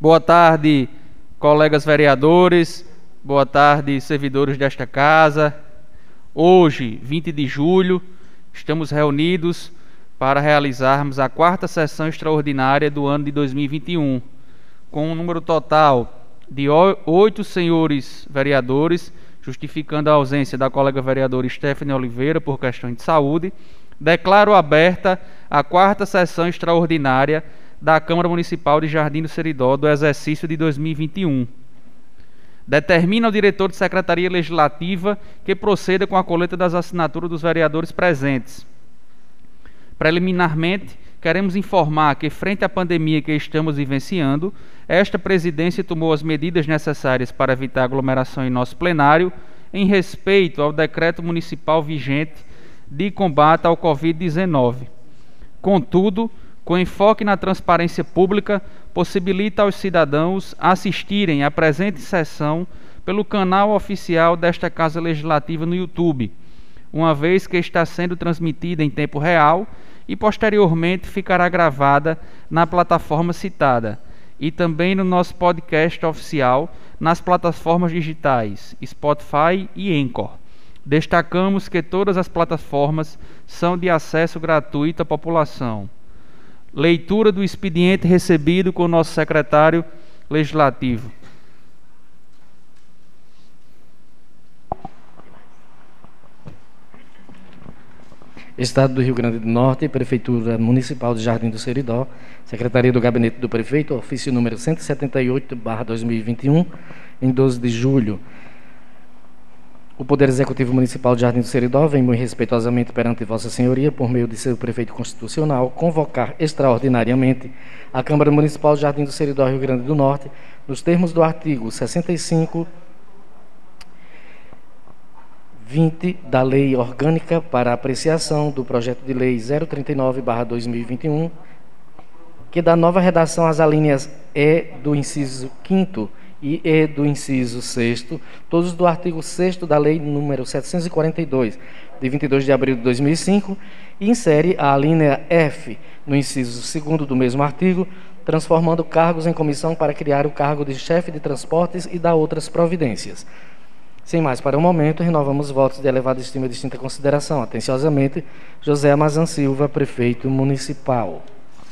Boa tarde, colegas vereadores, boa tarde, servidores desta casa. Hoje, 20 de julho, estamos reunidos para realizarmos a quarta sessão extraordinária do ano de 2021, com um número total de 8 senhores vereadores, justificando a ausência da colega vereadora Stephanie Oliveira por questões de saúde. Declaro aberta a quarta sessão extraordinária da Câmara Municipal de Jardim do Seridó do exercício de 2021. Determina ao diretor de Secretaria Legislativa que proceda com a coleta das assinaturas dos vereadores presentes. Preliminarmente, queremos informar que, frente à pandemia que estamos vivenciando, esta presidência tomou as medidas necessárias para evitar aglomeração em nosso plenário, em respeito ao decreto municipal vigente de combate ao Covid-19. Contudo, com enfoque na transparência pública, possibilita aos cidadãos assistirem à presente sessão pelo canal oficial desta Casa Legislativa no YouTube, uma vez que está sendo transmitida em tempo real e posteriormente ficará gravada na plataforma citada, e também no nosso podcast oficial nas plataformas digitais Spotify e Anchor. Destacamos que todas as plataformas são de acesso gratuito à população. Leitura do expediente recebido com o nosso secretário legislativo. Estado do Rio Grande do Norte, Prefeitura Municipal de Jardim do Seridó, Secretaria do Gabinete do Prefeito, ofício número 178/2021, em 12 de julho. O Poder Executivo Municipal de Jardim do Seridó vem muito respeitosamente perante Vossa Senhoria, por meio de seu prefeito constitucional, convocar extraordinariamente a Câmara Municipal de Jardim do Seridó, Rio Grande do Norte, nos termos do artigo 65, 20 da Lei Orgânica para apreciação do projeto de lei 039/2021, que dá nova redação às alíneas E do inciso 5º e E do inciso 6º, todos do artigo 6º da Lei número 742, de 22 de abril de 2005, e insere a alínea F no inciso 2º do mesmo artigo, transformando cargos em comissão para criar o cargo de chefe de transportes e dar outras providências. Sem mais para o momento, renovamos votos de elevada estima e distinta consideração. Atenciosamente, José Amazan Silva, Prefeito Municipal.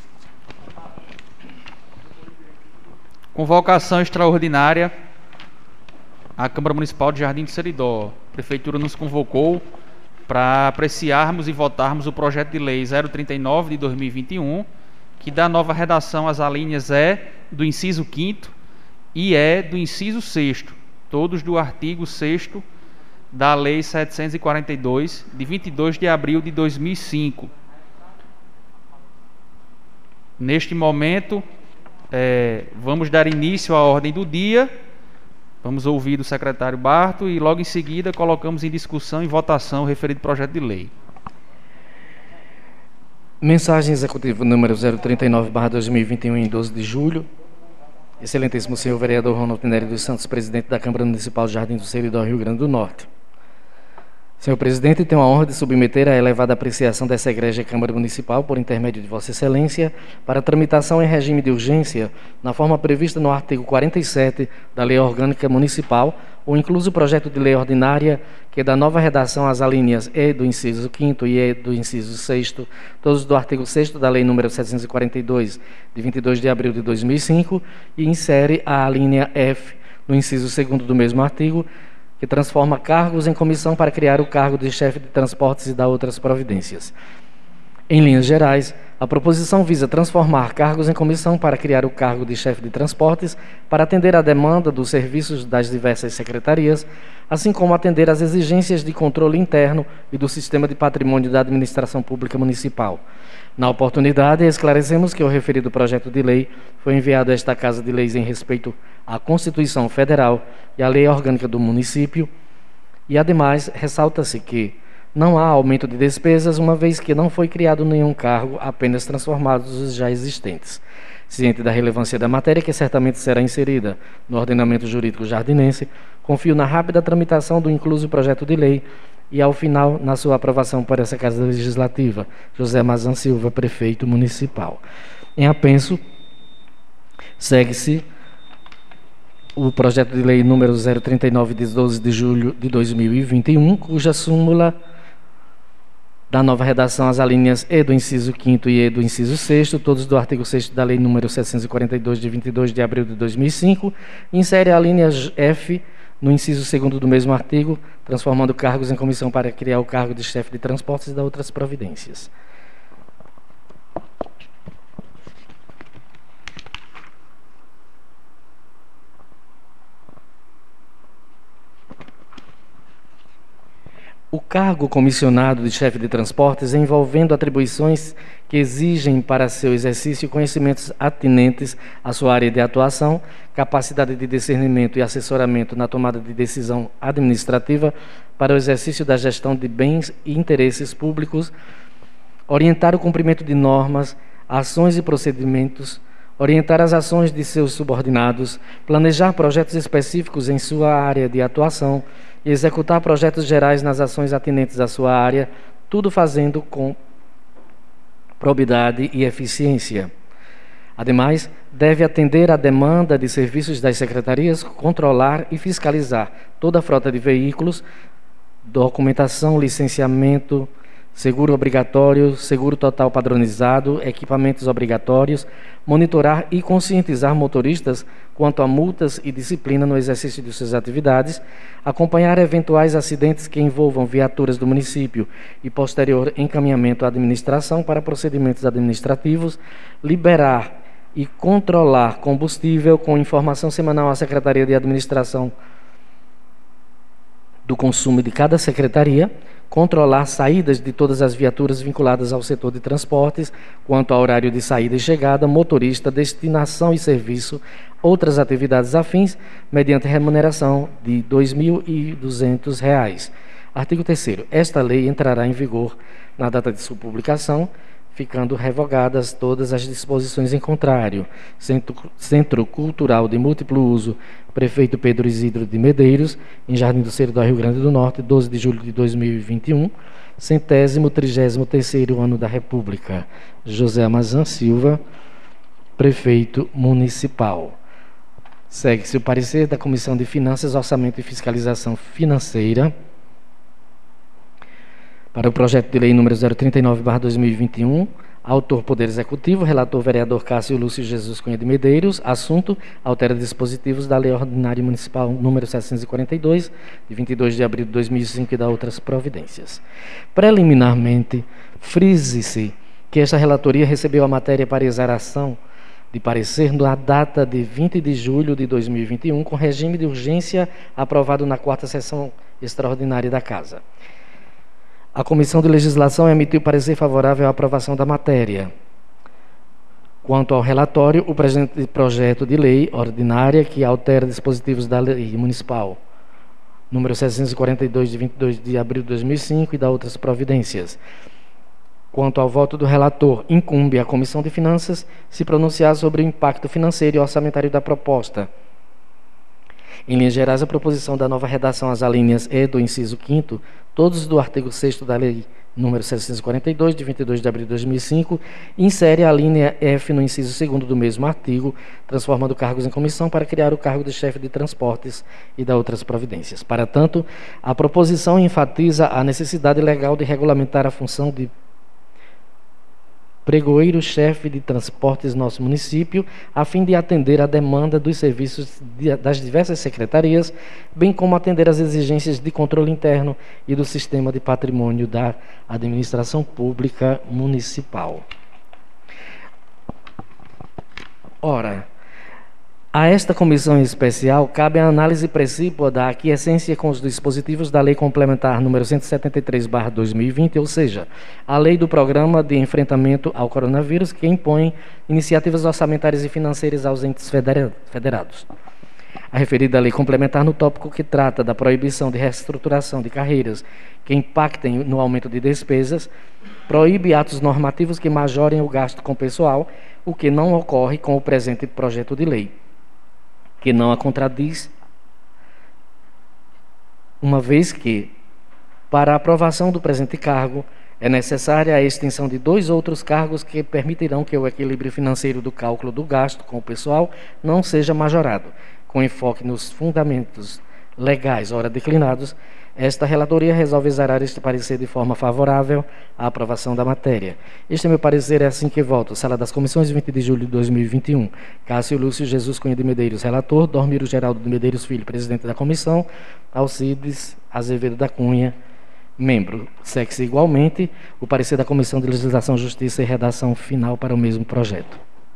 Convocação extraordinária à Câmara Municipal de Jardim do Seridó. A Prefeitura nos convocou para apreciarmos e votarmos o projeto de lei 039 de 2021, que dá nova redação às alíneas E do inciso 5º e E do inciso 6º, todos do artigo 6º da Lei 742, de 22 de abril de 2005. Neste momento, vamos dar início à ordem do dia, vamos ouvir o secretário Barto e logo em seguida colocamos em discussão e votação o referido projeto de lei. Mensagem executiva número 039/2021, em 12 de julho. Excelentíssimo senhor vereador Ronaldo Nery dos Santos, presidente da Câmara Municipal de Jardim do Seridó, Rio Grande do Norte. Senhor presidente, tenho a honra de submeter à elevada apreciação dessa egrégia Câmara Municipal, por intermédio de Vossa Excelência, para tramitação em regime de urgência, na forma prevista no artigo 47 da Lei Orgânica Municipal, o incluso projeto de lei ordinária, que dá nova redação às alíneas E do inciso 5º e E do inciso 6º, todos do artigo 6º da Lei número 742, de 22 de abril de 2005, e insere a alínea F no inciso 2º do mesmo artigo, que transforma cargos em comissão para criar o cargo de chefe de transportes e dar outras providências. Em linhas gerais, a proposição visa transformar cargos em comissão para criar o cargo de chefe de transportes para atender à demanda dos serviços das diversas secretarias, assim como atender às exigências de controle interno e do sistema de patrimônio da administração pública municipal. Na oportunidade, esclarecemos que o referido projeto de lei foi enviado a esta Casa de Leis em respeito à Constituição Federal e à Lei Orgânica do município, e, ademais, ressalta-se que não há aumento de despesas, uma vez que não foi criado nenhum cargo, apenas transformados os já existentes. Ciente da relevância da matéria, que certamente será inserida no ordenamento jurídico jardinense, confio na rápida tramitação do incluso projeto de lei e, ao final, na sua aprovação por essa Casa Legislativa. José Amazan Silva, Prefeito Municipal. Em apenso, segue-se o projeto de lei número 039, de 12 de julho de 2021, cuja súmula da nova redação, as alíneas E do inciso 5º e E do inciso 6º, todos do artigo 6º da lei número 742, de 22 de abril de 2005, insere a linha F no inciso 2º do mesmo artigo, transformando cargos em comissão para criar o cargo de chefe de transportes e dar outras providências. O cargo comissionado de chefe de transportes, envolvendo atribuições que exigem para seu exercício conhecimentos atinentes à sua área de atuação, capacidade de discernimento e assessoramento na tomada de decisão administrativa para o exercício da gestão de bens e interesses públicos, orientar o cumprimento de normas, ações e procedimentos, orientar as ações de seus subordinados, planejar projetos específicos em sua área de atuação e executar projetos gerais nas ações atinentes à sua área, tudo fazendo com probidade e eficiência. Ademais, deve atender à demanda de serviços das secretarias, controlar e fiscalizar toda a frota de veículos, documentação, licenciamento, seguro obrigatório, seguro total padronizado, equipamentos obrigatórios, monitorar e conscientizar motoristas quanto a multas e disciplina no exercício de suas atividades, acompanhar eventuais acidentes que envolvam viaturas do município e posterior encaminhamento à administração para procedimentos administrativos, liberar e controlar combustível com informação semanal à Secretaria de Administração do Consumo de cada secretaria, controlar saídas de todas as viaturas vinculadas ao setor de transportes, quanto ao horário de saída e chegada, motorista, destinação e serviço, outras atividades afins, mediante remuneração de R$ 2.200. Artigo 3º. Esta lei entrará em vigor na data de sua publicação, ficando revogadas todas as disposições em contrário. Centro Cultural de Múltiplo Uso, Prefeito Pedro Isidro de Medeiros, em Jardim do Seridó, Rio Grande do Norte, 12 de julho de 2021, 133º ano da República. José Amazan Silva, Prefeito Municipal. Segue-se o parecer da Comissão de Finanças, Orçamento e Fiscalização Financeira para o projeto de lei número 039/2021, autor Poder Executivo, relator vereador Cássio Lúcio Jesus Cunha de Medeiros, assunto: altera dispositivos da Lei Ordinária Municipal número 742, de 22 de abril de 2005 e dá outras providências. Preliminarmente, frise-se que esta relatoria recebeu a matéria para exaração de parecer na data de 20 de julho de 2021, com regime de urgência aprovado na 4ª sessão extraordinária da Casa. A Comissão de Legislação emitiu parecer favorável à aprovação da matéria. Quanto ao relatório, o presente projeto de lei ordinária, que altera dispositivos da Lei Municipal número 742, de 22 de abril de 2005 e dá outras providências. Quanto ao voto do relator, incumbe à Comissão de Finanças se pronunciar sobre o impacto financeiro e orçamentário da proposta. Em linhas gerais, a proposição da nova redação às alíneas E do inciso 5º, todos do artigo 6º da Lei número 742, de 22 de abril de 2005, insere a linha F no inciso 2º do mesmo artigo, transformando cargos em comissão para criar o cargo de chefe de transportes e dar outras providências. Para tanto, a proposição enfatiza a necessidade legal de regulamentar a função de pregoeiro-chefe de transportes no nosso município, a fim de atender à demanda dos serviços das diversas secretarias, bem como atender às exigências de controle interno e do sistema de patrimônio da administração pública municipal. Ora, a esta comissão especial cabe a análise precípua da aquiescência com os dispositivos da Lei Complementar número 173/2020, ou seja, a Lei do Programa de Enfrentamento ao Coronavírus, que impõe iniciativas orçamentárias e financeiras aos entes federados. A referida lei complementar, no tópico que trata da proibição de reestruturação de carreiras que impactem no aumento de despesas, proíbe atos normativos que majorem o gasto com pessoal, o que não ocorre com o presente projeto de lei, que não a contradiz, uma vez que, para a aprovação do presente cargo, é necessária a extinção de 2 outros cargos que permitirão que o equilíbrio financeiro do cálculo do gasto com o pessoal não seja majorado, com enfoque nos fundamentos legais ora declinados, esta relatoria resolve exarar este parecer de forma favorável à aprovação da matéria. Este meu parecer é assim que voto. Sala das Comissões, 20 de julho de 2021. Cássio Lúcio Jesus Cunha de Medeiros, relator. Dormiro Geraldo de Medeiros Filho, presidente da comissão. Alcides Azevedo da Cunha, membro. Segue-se igualmente o parecer da Comissão de Legislação, Justiça e Redação final para o mesmo projeto.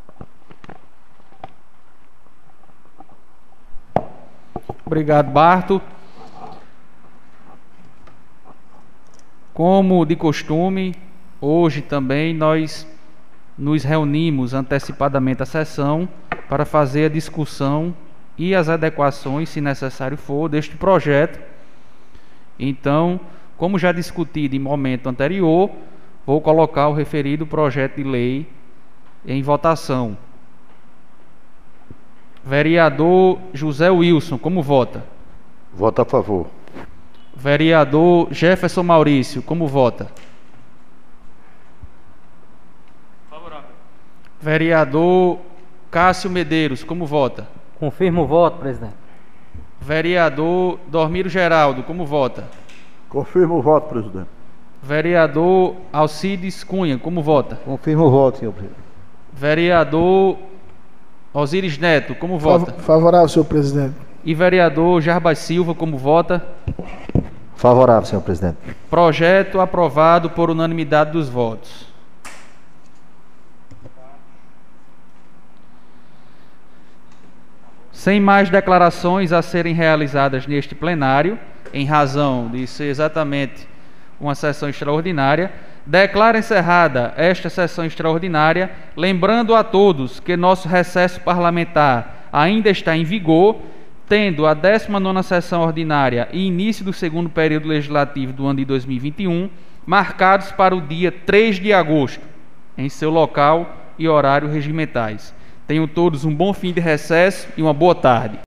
Obrigado, Barto. Como de costume, hoje também nós nos reunimos antecipadamente à sessão para fazer a discussão e as adequações, se necessário for, deste projeto. Então, como já discutido em momento anterior, vou colocar o referido projeto de lei em votação. Vereador José Wilson, como vota? Voto a favor. Vereador Jefferson Maurício, como vota? Favorável. Vereador Cássio Medeiros, como vota? Confirmo o voto, presidente. Vereador Dormiro Geraldo, como vota? Confirmo o voto, presidente. Vereador Alcides Cunha, como vota? Confirmo o voto, senhor presidente. Vereador Osíris Neto, como vota? Favorável, senhor presidente. E vereador Jarbas Silva, como vota? Favorável, senhor presidente. Projeto aprovado por unanimidade dos votos. Sem mais declarações a serem realizadas neste plenário, em razão de ser exatamente uma sessão extraordinária, declaro encerrada esta sessão extraordinária, lembrando a todos que nosso recesso parlamentar ainda está em vigor, tendo a 19ª sessão ordinária e início do segundo período legislativo do ano de 2021, marcados para o dia 3 de agosto, em seu local e horário regimentais. Tenham todos um bom fim de recesso e uma boa tarde.